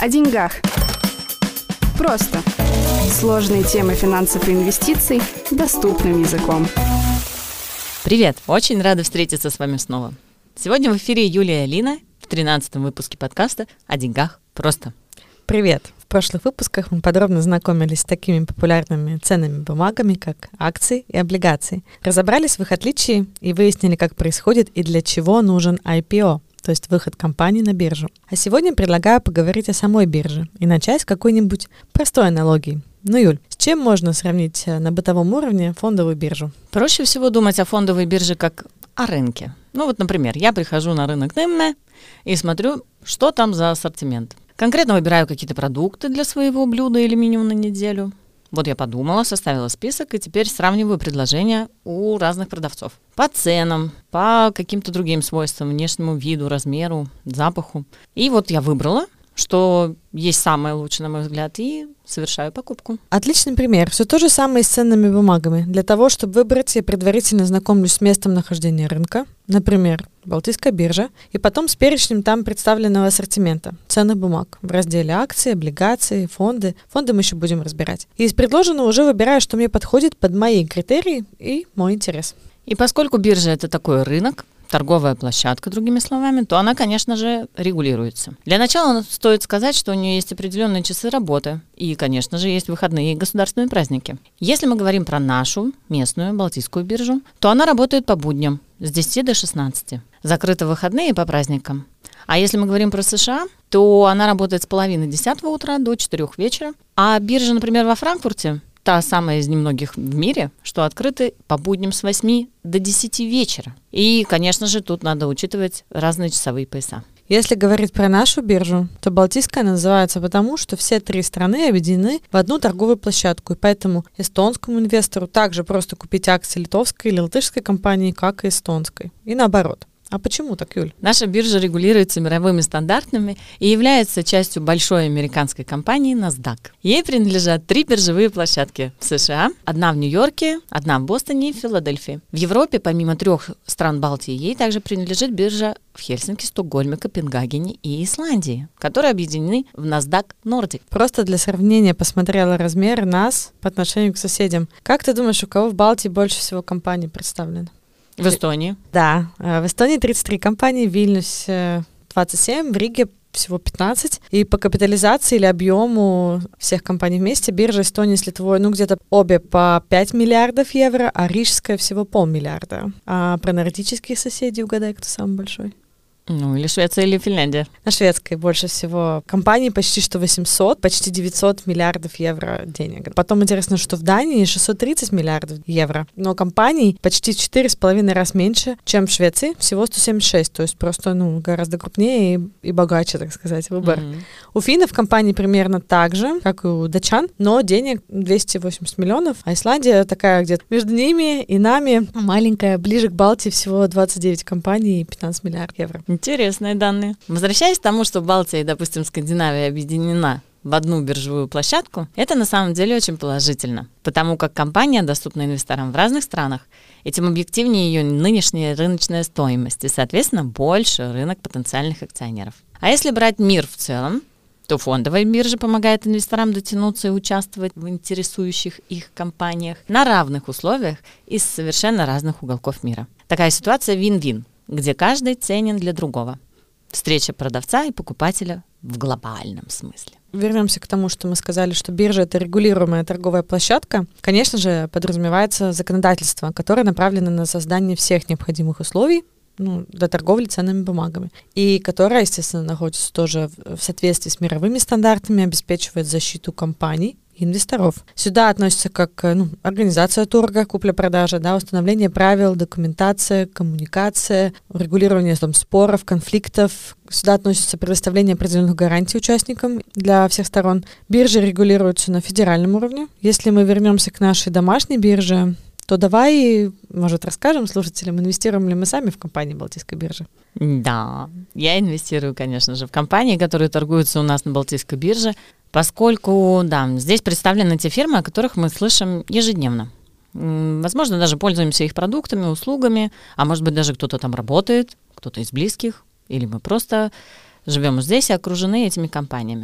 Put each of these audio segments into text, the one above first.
О деньгах. Просто. Сложные темы финансов и инвестиций доступным языком. Привет! Очень рада встретиться с вами снова. Сегодня в эфире Юлия и Алина в 13-м выпуске подкаста «О деньгах просто». Привет! В прошлых выпусках мы подробно знакомились с такими популярными ценными бумагами, как акции и облигации. Разобрались в их отличии и выяснили, как происходит и для чего нужен IPO, то есть выход компании на биржу. А сегодня предлагаю поговорить о самой бирже и начать с какой-нибудь простой аналогии. Ну, Юль, с чем можно сравнить на бытовом уровне фондовую биржу? Проще всего думать о фондовой бирже как о рынке. Ну вот, например, я прихожу на рынок НМН и смотрю, что там за ассортимент. Конкретно выбираю какие-то продукты для своего блюда или меню на неделю. Вот я подумала, составила список и теперь сравниваю предложения у разных продавцов. По ценам, по каким-то другим свойствам, внешнему виду, размеру, запаху. И вот я выбрала, что есть самое лучшее, на мой взгляд, и совершаю покупку. Отличный пример. Все то же самое с ценными бумагами. Для того, чтобы выбрать, я предварительно знакомлюсь с местом нахождения рынка, например, Балтийская биржа, и потом с перечнем там представленного ассортимента ценных бумаг в разделе акции, облигации, фонды. Фонды мы еще будем разбирать. И из предложенного уже выбираю, что мне подходит под мои критерии и мой интерес. И поскольку биржа — это такой рынок, торговая площадка, другими словами, то она, конечно же, регулируется. Для начала стоит сказать, что у нее есть определенные часы работы и, конечно же, есть выходные и государственные праздники. Если мы говорим про нашу местную Балтийскую биржу, то она работает по будням с 10 до 16. Закрыты выходные по праздникам. А если мы говорим про США, то она работает с половины 10 утра до 4 вечера. А биржа, например, во Франкфурте, та самая из немногих в мире, что открыты по будням с 8 до 10 вечера. И, конечно же, тут надо учитывать разные часовые пояса. Если говорить про нашу биржу, то Балтийская называется потому, что все три страны объединены в одну торговую площадку, и поэтому эстонскому инвестору также просто купить акции литовской или латышской компании, как и эстонской. И наоборот. А почему так, Юль? Наша биржа регулируется мировыми стандартами и является частью большой американской компании NASDAQ. Ей принадлежат 3 биржевые площадки в США, одна в Нью-Йорке, одна в Бостоне и в Филадельфии. В Европе, помимо 3 стран Балтии, ей также принадлежит биржа в Хельсинки, Стокгольме, Копенгагене и Исландии, которые объединены в NASDAQ Nordic. Просто для сравнения посмотрела размеры нас по отношению к соседям. Как ты думаешь, у кого в Балтии больше всего компаний представлено? В Эстонии? Да, в Эстонии 33 компании, в Вильнюсе 27, в Риге всего 15. И по капитализации или объему всех компаний вместе биржа Эстонии с Литвой, где-то обе по 5 миллиардов евро, а Рижская всего 500 миллиарда. А про нордические соседи угадай, кто самый большой? Или Швеция, или Финляндия. На шведской больше всего компаний почти что 800, почти 900 миллиардов евро денег. Потом интересно, что в Дании 630 миллиардов евро, но компаний почти 4,5 раз меньше, чем в Швеции, всего 176, то есть просто гораздо крупнее и богаче, так сказать, выбор. У финнов компаний примерно так же, как и у датчан, но денег 280 миллионов, а Исландия такая где-то между ними и нами, маленькая, ближе к Балтии всего 29 компаний и 15 миллиардов евро. Интересные данные. Возвращаясь к тому, что Балтия и, допустим, Скандинавия объединена в одну биржевую площадку, это на самом деле очень положительно, потому как компания доступна инвесторам в разных странах, и тем объективнее ее нынешняя рыночная стоимость, и, соответственно, больше рынок потенциальных акционеров. А если брать мир в целом, то фондовая биржа помогает инвесторам дотянуться и участвовать в интересующих их компаниях на равных условиях из совершенно разных уголков мира. Такая ситуация win-win, где каждый ценен для другого. Встреча продавца и покупателя в глобальном смысле. Вернемся к тому, что мы сказали, что биржа — это регулируемая торговая площадка. Конечно же, подразумевается законодательство, которое направлено на создание всех необходимых условий для торговли ценными бумагами, и которая, естественно, находится тоже в соответствии с мировыми стандартами, обеспечивает защиту компаний и инвесторов. Сюда относятся как организация торга, купля-продажа, установление правил, документация, коммуникация, регулирование споров, конфликтов. Сюда относится предоставление определенных гарантий участникам для всех сторон. Биржи регулируются на федеральном уровне. Если мы вернемся к нашей домашней бирже, то давай, может, расскажем слушателям, инвестируем ли мы сами в компании Балтийской биржи? Да, я инвестирую, конечно же, в компании, которые торгуются у нас на Балтийской бирже, поскольку, здесь представлены те фирмы, о которых мы слышим ежедневно. Возможно, даже пользуемся их продуктами, услугами, а может быть, даже кто-то там работает, кто-то из близких, или мы просто живем здесь и окружены этими компаниями.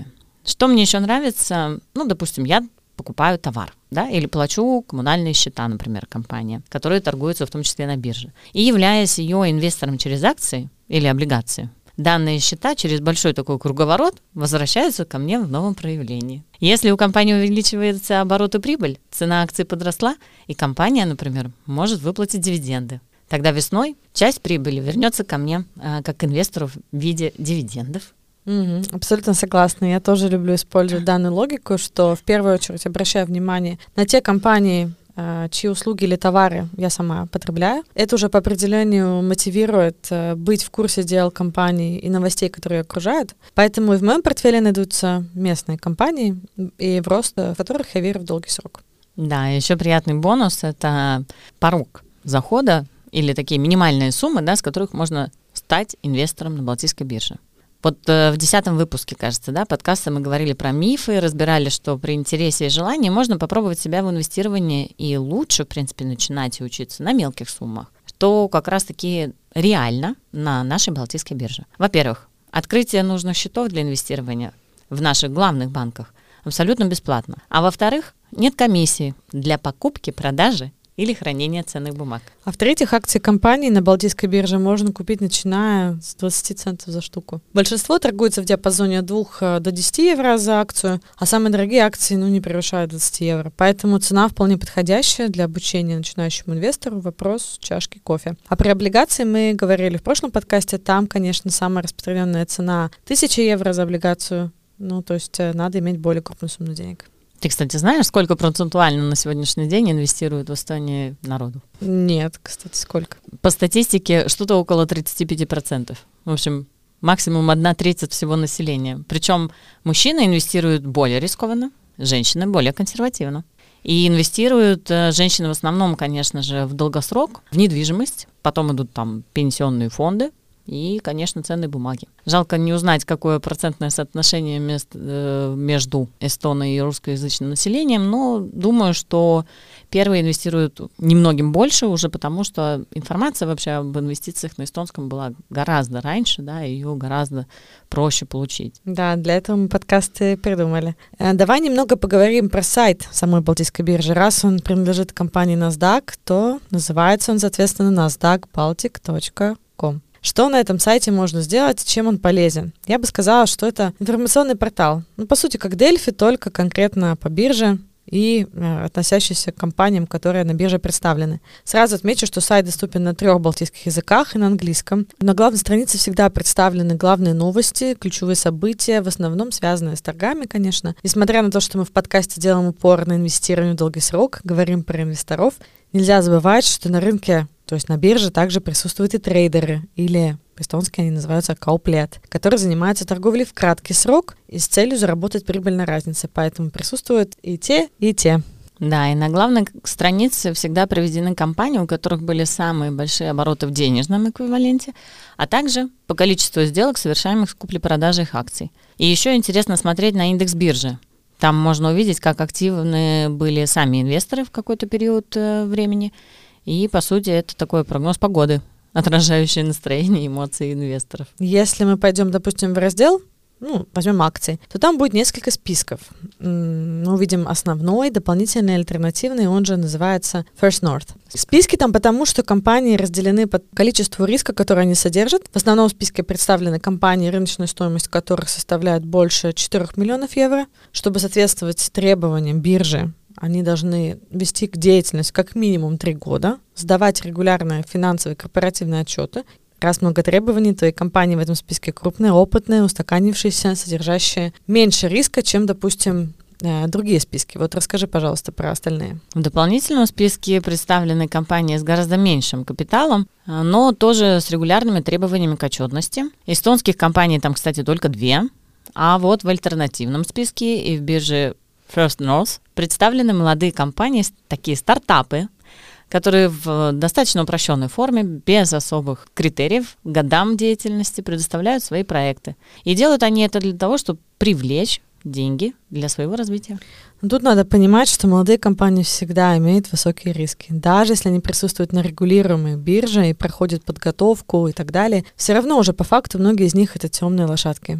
Что мне еще нравится? Ну, допустим, я покупаю товар, да, или плачу коммунальные счета, например, компания, которые торгуются в том числе на бирже. И являясь ее инвестором через акции или облигации, данные счета через большой такой круговорот возвращаются ко мне в новом проявлении. Если у компании увеличивается оборот и прибыль, цена акций подросла, и компания, например, может выплатить дивиденды. Тогда весной часть прибыли вернется ко мне как к инвестору в виде дивидендов. Абсолютно согласна. Я тоже люблю использовать данную логику, что в первую очередь обращаю внимание на те компании, чьи услуги или товары я сама потребляю. Это уже по определению мотивирует быть в курсе дел компаний и новостей, которые окружают. Поэтому и в моем портфеле найдутся местные компании, и в рост которых я верю в долгий срок. Да, еще приятный бонус — это порог захода или такие минимальные суммы, да, с которых можно стать инвестором на Балтийской бирже. Вот в 10-м выпуске, кажется, да, подкаста мы говорили про мифы, разбирали, что при интересе и желании можно попробовать себя в инвестировании, и лучше, в принципе, начинать и учиться на мелких суммах, что как раз-таки реально на нашей Балтийской бирже. Во-первых, открытие нужных счетов для инвестирования в наших главных банках абсолютно бесплатно. А во-вторых, нет комиссии для покупки, продажи или хранения ценных бумаг. А в-третьих, акции компаний на Балтийской бирже можно купить, начиная с 20 центов за штуку. Большинство торгуется в диапазоне от 2 до 10 евро за акцию, а самые дорогие акции не превышают 20 евро. Поэтому цена вполне подходящая для обучения начинающему инвестору. Вопрос чашки кофе. А при облигации мы говорили в прошлом подкасте, там, конечно, самая распространенная цена 1000 евро за облигацию. То есть надо иметь более крупную сумму денег. Ты, кстати, знаешь, сколько процентуально на сегодняшний день инвестируют в Эстонии народу? Нет, кстати, сколько? По статистике, что-то около 35%. В общем, максимум 1/3 от всего населения. Причем мужчины инвестируют более рискованно, женщины более консервативно. И инвестируют женщины в основном, конечно же, в долгосрок, в недвижимость, потом идут там пенсионные фонды, и, конечно, ценные бумаги. Жалко не узнать, какое процентное соотношение между эстоно- и русскоязычным населением, но думаю, что первые инвестируют немногим больше уже потому, что информация вообще об инвестициях на эстонском была гораздо раньше, да, ее гораздо проще получить. Да, для этого мы подкасты придумали. Давай немного поговорим про сайт самой Балтийской биржи. Раз он принадлежит компании NASDAQ, то называется он, соответственно, nasdaqbaltic.com. Что на этом сайте можно сделать, чем он полезен? Я бы сказала, что это информационный портал. По сути, как Дельфи, только конкретно по бирже и относящийся к компаниям, которые на бирже представлены. Сразу отмечу, что сайт доступен на 3 балтийских языках и на английском. На главной странице всегда представлены главные новости, ключевые события, в основном связанные с торгами, конечно. Несмотря на то, что мы в подкасте делаем упор на инвестирование в долгий срок, говорим про инвесторов, нельзя забывать, что на рынке, то есть на бирже, также присутствуют и трейдеры, или по-эстонски они называются кауплет, которые занимаются торговлей в краткий срок и с целью заработать прибыль на разнице. Поэтому присутствуют и те, и те. Да, и на главной странице всегда приведены компании, у которых были самые большие обороты в денежном эквиваленте, а также по количеству сделок, совершаемых с купли-продажи их акций. И еще интересно смотреть на индекс биржи. Там можно увидеть, как активны были сами инвесторы в какой-то период времени. И, по сути, это такой прогноз погоды, отражающий настроение и эмоции инвесторов. Если мы пойдем, допустим, в раздел, возьмем акции, то там будет несколько списков. Мы увидим основной, дополнительный, альтернативный, он же называется First North. Списки там потому, что компании разделены по количеству риска, который они содержат. В основном в списке представлены компании, рыночная стоимость которых составляет больше 4 миллионов евро. Чтобы соответствовать требованиям биржи, они должны вести деятельность как минимум 3 года, сдавать регулярные финансовые корпоративные отчеты. Раз много требований, то и компании в этом списке крупные, опытные, устаканившиеся, содержащие меньше риска, чем, допустим, другие списки. Вот расскажи, пожалуйста, про остальные. В дополнительном списке представлены компании с гораздо меньшим капиталом, но тоже с регулярными требованиями к отчетности. Эстонских компаний там, кстати, только 2. А вот в альтернативном списке и в бирже First North представлены молодые компании, такие стартапы, которые в достаточно упрощенной форме, без особых критериев, годам деятельности предоставляют свои проекты. И делают они это для того, чтобы привлечь деньги для своего развития. Тут надо понимать, что молодые компании всегда имеют высокие риски. Даже если они присутствуют на регулируемой бирже и проходят подготовку и так далее, все равно уже по факту многие из них это темные лошадки.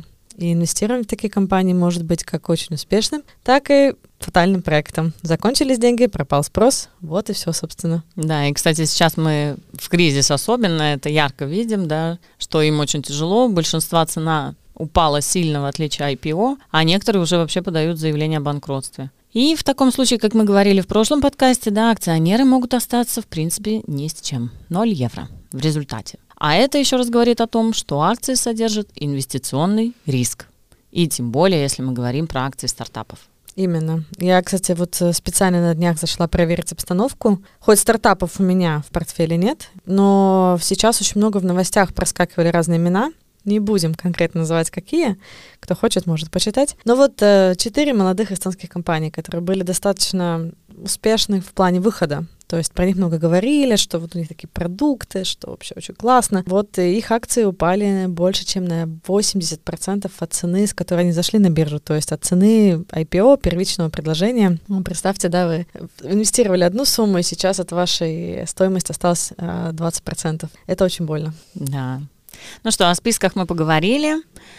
И инвестирование в такие компании может быть как очень успешным, так и фатальным проектом. Закончились деньги, пропал спрос, вот и все, собственно. Да, и, кстати, сейчас мы в кризис особенно это ярко видим, да, что им очень тяжело, у большинства цена упала сильно, в отличие от IPO, а некоторые уже вообще подают заявление о банкротстве. И в таком случае, как мы говорили в прошлом подкасте, да, акционеры могут остаться, в принципе, ни с чем. 0 евро в результате. А это еще раз говорит о том, что акции содержат инвестиционный риск. И тем более, если мы говорим про акции стартапов. Именно. Я, кстати, вот специально на днях зашла проверить обстановку. Хоть стартапов у меня в портфеле нет, но сейчас очень много в новостях проскакивали разные имена. Не будем конкретно называть какие. Кто хочет, может почитать. Но вот 4 молодых эстонских компаний, которые были достаточно успешны в плане выхода. То есть про них много говорили, что вот у них такие продукты, что вообще очень классно. Вот их акции упали больше, чем на 80% от цены, с которой они зашли на биржу. То есть от цены IPO, первичного предложения. Ну, представьте, да, вы инвестировали одну сумму, и сейчас от вашей стоимости осталось 20%. Это очень больно. Да. Ну что, о списках мы поговорили.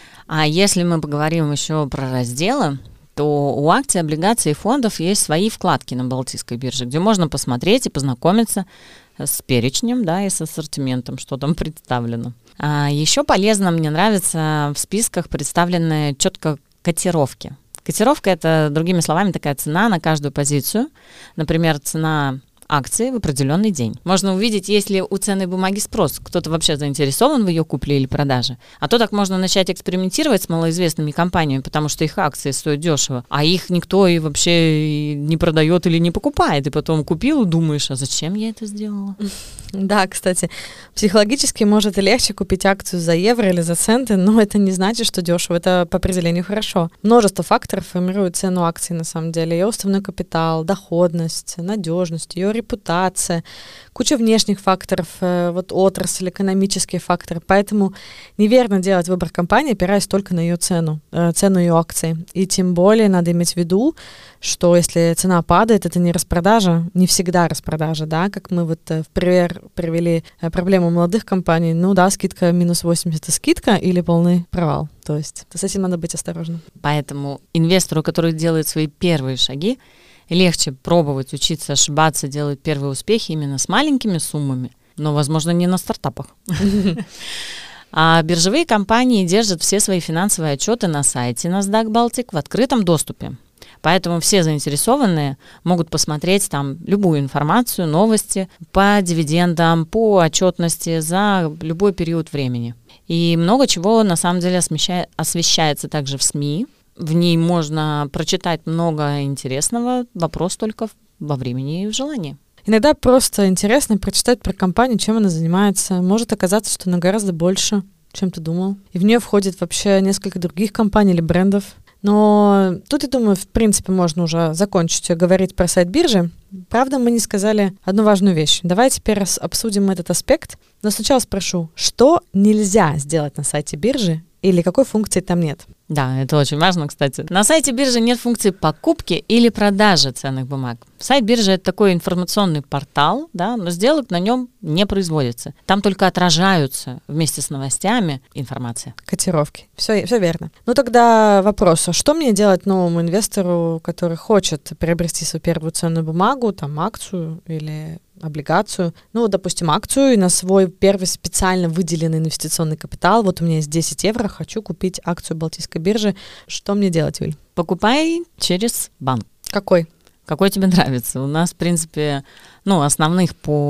А если мы поговорим еще про разделы, то у акций, облигаций и фондов есть свои вкладки на Балтийской бирже, где можно посмотреть и познакомиться с перечнем, да, и с ассортиментом, что там представлено. А еще полезно, мне нравится, в списках представлены четко котировки. Котировка — это, другими словами, такая цена на каждую позицию. Например, цена акции в определенный день. Можно увидеть, есть ли у ценной бумаги спрос, кто-то вообще заинтересован в ее купле или продаже. А то так можно начать экспериментировать с малоизвестными компаниями, потому что их акции стоят дешево, а их никто и вообще не продает или не покупает. И потом купил и думаешь, а зачем я это сделала? Да, кстати, психологически может и легче купить акцию за евро или за центы, но это не значит, что дешево. Это по определению хорошо. Множество факторов формируют цену акции на самом деле. Ее уставной капитал, доходность, надежность, ее репутация, куча внешних факторов, вот отрасль, экономические факторы. Поэтому неверно делать выбор компании, опираясь только на ее цену ее акции. И тем более надо иметь в виду, что если цена падает, это не распродажа, не всегда распродажа, да, как мы вот в пример привели проблему молодых компаний, ну да, скидка минус 80 — это скидка или полный провал. То есть с этим надо быть осторожным. Поэтому инвестору, который делает свои первые шаги, легче пробовать, учиться, ошибаться, делать первые успехи именно с маленькими суммами, но, возможно, не на стартапах. А биржевые компании держат все свои финансовые отчеты на сайте NASDAQ Baltic в открытом доступе. Поэтому все заинтересованные могут посмотреть там любую информацию, новости по дивидендам, по отчетности за любой период времени. И много чего на самом деле освещается также в СМИ. В ней можно прочитать много интересного, вопрос только во времени и в желании. Иногда просто интересно прочитать про компанию, чем она занимается. Может оказаться, что она гораздо больше, чем ты думал. И в нее входит вообще несколько других компаний или брендов. Но тут, я думаю, в принципе, можно уже закончить говорить про сайт биржи. Правда, мы не сказали одну важную вещь. Давай теперь обсудим этот аспект. Но сначала спрошу, что нельзя сделать на сайте биржи или какой функции там нет? Да, это очень важно, кстати. На сайте биржи нет функции покупки или продажи ценных бумаг. Сайт биржи — это такой информационный портал, да, но сделок на нем не производится. Там только отражаются вместе с новостями информация. Котировки. Все верно. Ну тогда вопрос, а что мне делать новому инвестору, который хочет приобрести свою первую ценную бумагу, там акцию или облигацию, ну, вот, допустим, акцию, и на свой первый специально выделенный инвестиционный капитал, вот у меня есть 10 евро, хочу купить акцию Балтийской биржи. Что мне делать, Юль? Покупай через банк. Какой? Какой тебе нравится? У нас, в принципе, основных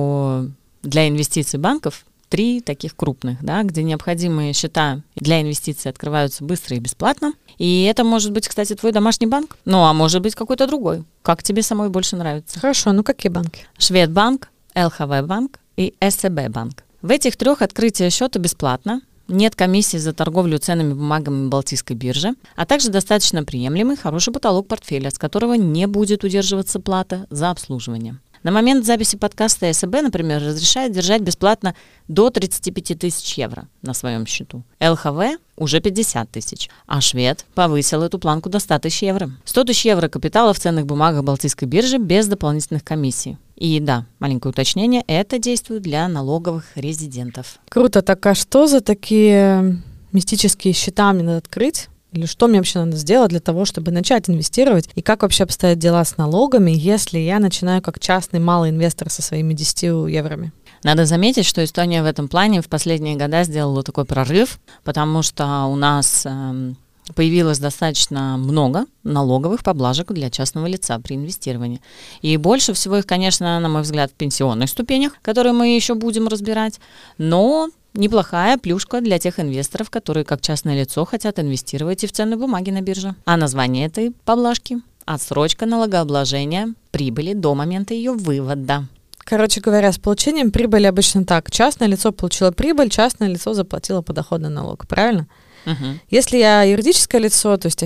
для инвестиций банков 3 таких крупных, да, где необходимые счета для инвестиций открываются быстро и бесплатно. И это может быть, кстати, твой домашний банк, а может быть какой-то другой. Как тебе самой больше нравится? Хорошо, какие банки? Шведбанк, ЛХВ банк и СЭБ банк. В этих 3 открытие счета бесплатно, нет комиссии за торговлю ценными бумагами Балтийской биржи, а также достаточно приемлемый хороший потолок портфеля, с которого не будет удерживаться плата за обслуживание. На момент записи подкаста СЭБ, например, разрешает держать бесплатно до 35 тысяч евро на своем счету. ЛХВ уже 50 тысяч, а Швед повысил эту планку до 100 тысяч евро. 100 тысяч евро капитала в ценных бумагах Балтийской биржи без дополнительных комиссий. И да, маленькое уточнение, это действует для налоговых резидентов. Круто, так а что за такие мистические счета мне надо открыть? Или что мне вообще надо сделать для того, чтобы начать инвестировать? И как вообще обстоят дела с налогами, если я начинаю как частный малый инвестор со своими 10 еврами? Надо заметить, что Эстония в этом плане в последние годы сделала такой прорыв, потому что у нас появилось достаточно много налоговых поблажек для частного лица при инвестировании. И больше всего их, конечно, на мой взгляд, в пенсионных ступенях, которые мы еще будем разбирать, но неплохая плюшка для тех инвесторов, которые как частное лицо хотят инвестировать и в ценные бумаги на бирже. А название этой поблажки – отсрочка налогообложения прибыли до момента ее вывода. Короче говоря, с получением прибыли обычно так. Частное лицо получило прибыль, частное лицо заплатило подоходный налог, правильно? Угу. Если я юридическое лицо, то есть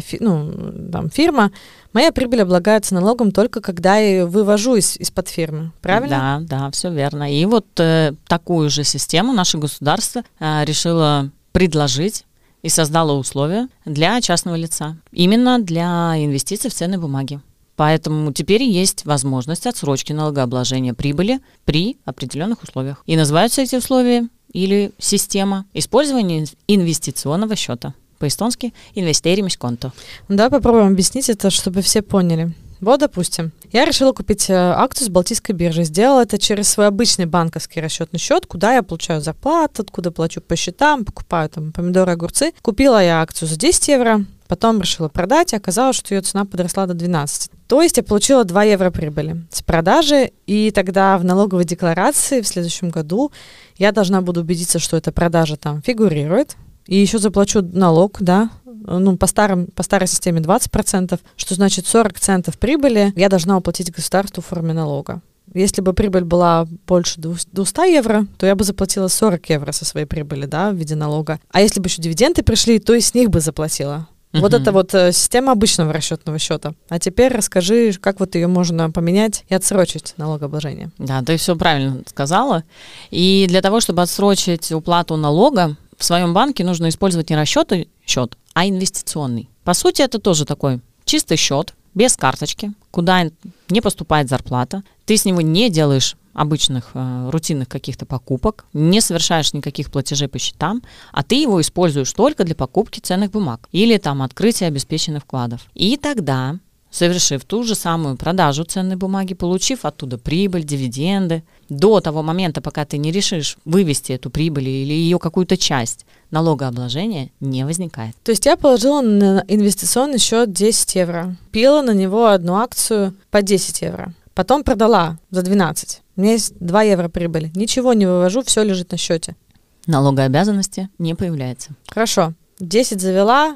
фирма, моя прибыль облагается налогом только когда я ее вывожу из-под фирмы, правильно? Да, все верно. И вот такую же систему наше государство решило предложить и создало условия для частного лица, именно для инвестиций в ценные бумаги. Поэтому теперь есть возможность отсрочки налогообложения прибыли при определенных условиях. И называются эти условия или система использования инвестиционного счета. По-эстонски «инвестиримисконто». Да, попробуем объяснить это, чтобы все поняли. Вот, допустим, я решила купить акцию с Балтийской биржи. Сделала это через свой обычный банковский расчетный счет, куда я получаю зарплату, откуда плачу по счетам, покупаю там помидоры, огурцы. Купила я акцию за 10 евро, потом решила продать, и оказалось, что ее цена подросла до 12. То есть я получила 2 евро прибыли с продажи, и тогда в налоговой декларации в следующем году я должна буду убедиться, что эта продажа там фигурирует, и еще заплачу налог, да, по старой системе 20%, что значит 40 центов прибыли я должна уплатить государству в форме налога. Если бы прибыль была больше 200 евро, то я бы заплатила 40 евро со своей прибыли, да, в виде налога. А если бы еще дивиденды пришли, то и с них бы заплатила. Вот это вот система обычного расчетного счета. А теперь расскажи, как вот ее можно поменять и отсрочить налогообложение. Да, ты все правильно сказала. И для того, чтобы отсрочить уплату налога, в своем банке нужно использовать не расчетный счет, а инвестиционный. По сути, это тоже такой чистый счет, без карточки, куда не поступает зарплата. Ты с него не делаешь обычных рутинных каких-то покупок, не совершаешь никаких платежей по счетам, а ты его используешь только для покупки ценных бумаг или там открытия обеспеченных вкладов. И тогда, совершив ту же самую продажу ценной бумаги, получив оттуда прибыль, дивиденды, до того момента, пока ты не решишь вывести эту прибыль или ее какую-то часть, налогообложения не возникает. То есть я положила на инвестиционный счет 10 евро, купила на него одну акцию по 10 евро, потом продала за 12. У меня есть 2 евро прибыли. Ничего не вывожу, все лежит на счете. Налогообязанности не появляется. Хорошо. 10 завела,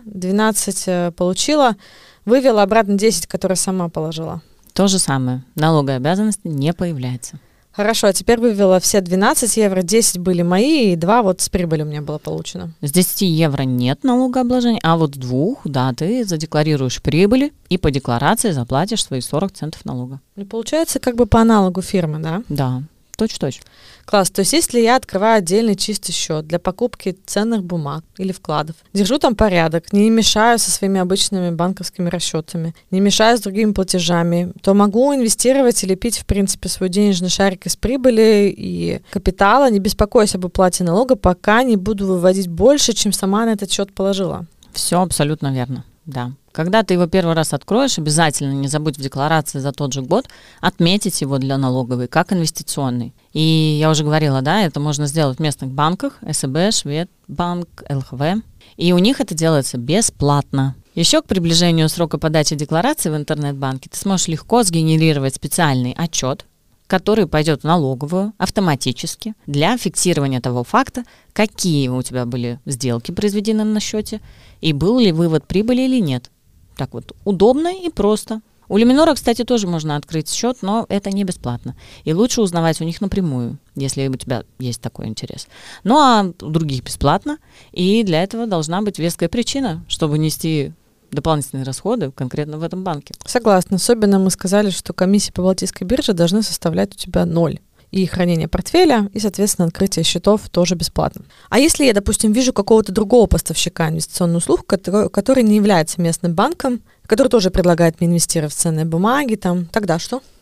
12 получила, вывела обратно 10, которые сама положила. То же самое. Налогообязанности не появляется. Хорошо, а теперь вывела все 12 евро, 10 были мои, и 2 вот с прибыли у меня было получено. С 10 евро нет налогообложения, а вот с 2, да, ты задекларируешь прибыли и по декларации заплатишь свои 40 центов налога. Ну, получается, как бы по аналогу фирмы, да? Да, точь-в-точь. Класс. То есть если я открываю отдельный чистый счет для покупки ценных бумаг или вкладов, держу там порядок, не мешаю со своими обычными банковскими расчетами, не мешаю с другими платежами, то могу инвестировать и лепить, в принципе, свой денежный шарик из прибыли и капитала, не беспокоясь об уплате налога, пока не буду выводить больше, чем сама на этот счет положила. Все абсолютно верно, да. Когда ты его первый раз откроешь, обязательно не забудь в декларации за тот же год отметить его для налоговой как инвестиционный. И я уже говорила, да, это можно сделать в местных банках, СБ, Шведбанк, ЛХВ. И у них это делается бесплатно. Еще к приближению срока подачи декларации в интернет-банке ты сможешь легко сгенерировать специальный отчет, который пойдет в налоговую автоматически для фиксирования того факта, какие у тебя были сделки произведены на счете и был ли вывод прибыли или нет. Так вот, удобно и просто. У Люминора, кстати, тоже можно открыть счет, но это не бесплатно. И лучше узнавать у них напрямую, если у тебя есть такой интерес. Ну а у других бесплатно, и для этого должна быть веская причина, чтобы нести дополнительные расходы конкретно в этом банке. Согласна. Особенно мы сказали, что комиссии по Балтийской бирже должны составлять у тебя 0. И хранение портфеля, и, соответственно, открытие счетов тоже бесплатно. А если я, допустим, вижу какого-то другого поставщика инвестиционных услуг, который не является местным банком, который тоже предлагает мне инвестировать в ценные бумаги, тогда что?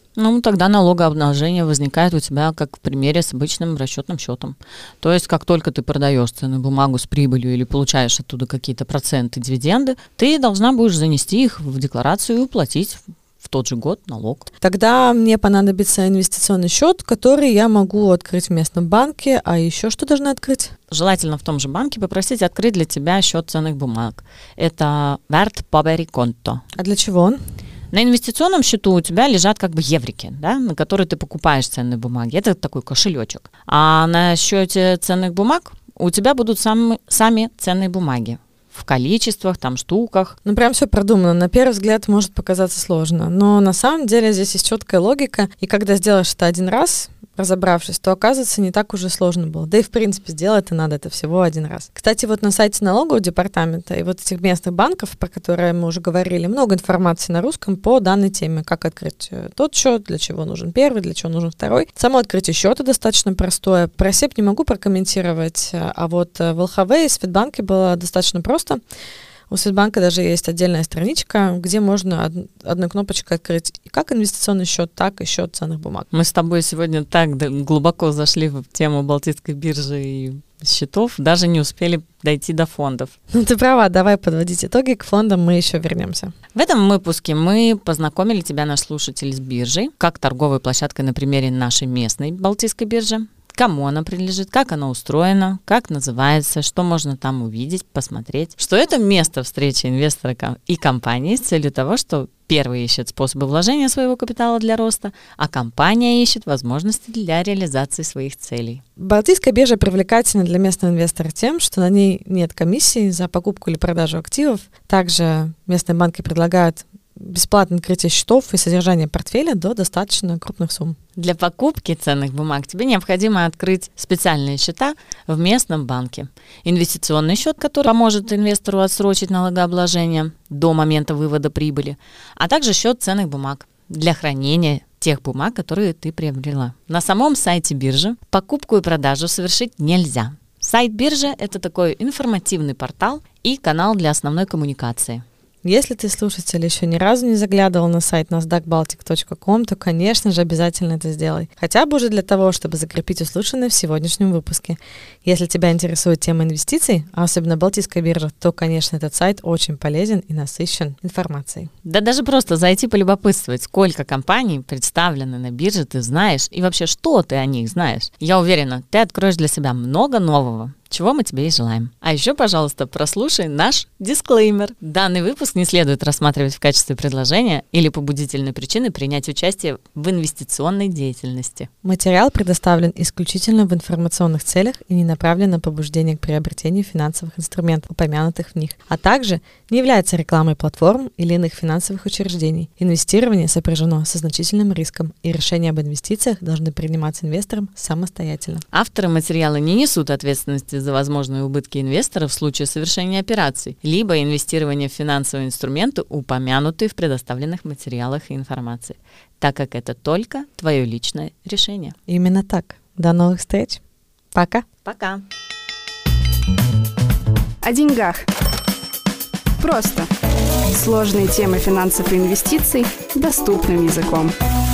Ну, тогда налогообложение возникает у тебя, как в примере с обычным расчетным счетом. То есть, как только ты продаешь ценную бумагу с прибылью или получаешь оттуда какие-то проценты, дивиденды, ты должна будешь занести их в декларацию и уплатить в тот же год налог. Тогда мне понадобится инвестиционный счет, который я могу открыть в местном банке. А еще что должна открыть? Желательно в том же банке попросить открыть для тебя счет ценных бумаг. Это väärtpaberikonto. А для чего он? На инвестиционном счету у тебя лежат как бы еврики, да, на которые ты покупаешь ценные бумаги. Это такой кошелечек. А на счете ценных бумаг у тебя будут сами ценные бумаги. В количествах, там, штуках. Ну, прям все продумано. На первый взгляд может показаться сложно. Но на самом деле здесь есть четкая логика. И когда сделаешь это один раз, разобравшись, то, оказывается, не так уже сложно было. Да и, в принципе, сделать это надо, это всего один раз. Кстати, вот на сайте налогового департамента и вот этих местных банков, про которые мы уже говорили, много информации на русском по данной теме. Как открыть тот счет, для чего нужен первый, для чего нужен второй. Само открытие счета достаточно простое. Про СЕП не могу прокомментировать, а вот в ЛХВ и Светбанке было достаточно просто. У Светбанка даже есть отдельная страничка, где можно одной кнопочкой открыть и как инвестиционный счет, так и счет ценных бумаг. Мы с тобой сегодня так глубоко зашли в тему Балтийской биржи и счетов, даже не успели дойти до фондов. Ну, ты права, давай подводить итоги, к фондам мы еще вернемся. В этом выпуске мы познакомили тебя, наш слушатель, с биржей, как торговой площадкой на примере нашей местной Балтийской биржи, кому она принадлежит, как она устроена, как называется, что можно там увидеть, посмотреть. Что это место встречи инвестора и компании с целью того, что первый ищет способы вложения своего капитала для роста, а компания ищет возможности для реализации своих целей. Балтийская биржа привлекательна для местного инвестора тем, что на ней нет комиссии за покупку или продажу активов. Также местные банки предлагают бесплатное открытие счетов и содержание портфеля до достаточно крупных сумм. Для покупки ценных бумаг тебе необходимо открыть специальные счета в местном банке. Инвестиционный счет, который поможет инвестору отсрочить налогообложение до момента вывода прибыли, а также счет ценных бумаг для хранения тех бумаг, которые ты приобрела. На самом сайте биржи покупку и продажу совершить нельзя. Сайт биржи – это такой информативный портал и канал для основной коммуникации. Если ты, слушатель, еще ни разу не заглядывал на сайт nasdaqbaltic.com, то, конечно же, обязательно это сделай. Хотя бы уже для того, чтобы закрепить услышанное в сегодняшнем выпуске. Если тебя интересует тема инвестиций, а особенно Балтийская биржа, то, конечно, этот сайт очень полезен и насыщен информацией. Да даже просто зайти полюбопытствовать, сколько компаний представлены на бирже ты знаешь и вообще, что ты о них знаешь. Я уверена, ты откроешь для себя много нового, чего мы тебе и желаем. А еще, пожалуйста, прослушай наш дисклеймер. Данный выпуск не следует рассматривать в качестве предложения или побудительной причины принять участие в инвестиционной деятельности. Материал предоставлен исключительно в информационных целях и не направлен на побуждение к приобретению финансовых инструментов, упомянутых в них, а также не является рекламой платформ или иных финансовых учреждений. Инвестирование сопряжено со значительным риском, и решения об инвестициях должны приниматься инвестором самостоятельно. Авторы материала не несут ответственности за возможные убытки инвестора в случае совершения операций, либо инвестирования в финансовые инструменты, упомянутые в предоставленных материалах и информации, так как это только твое личное решение. Именно так. До новых встреч. Пока. Пока. О деньгах. Просто. Сложные темы финансов и инвестиций доступным языком.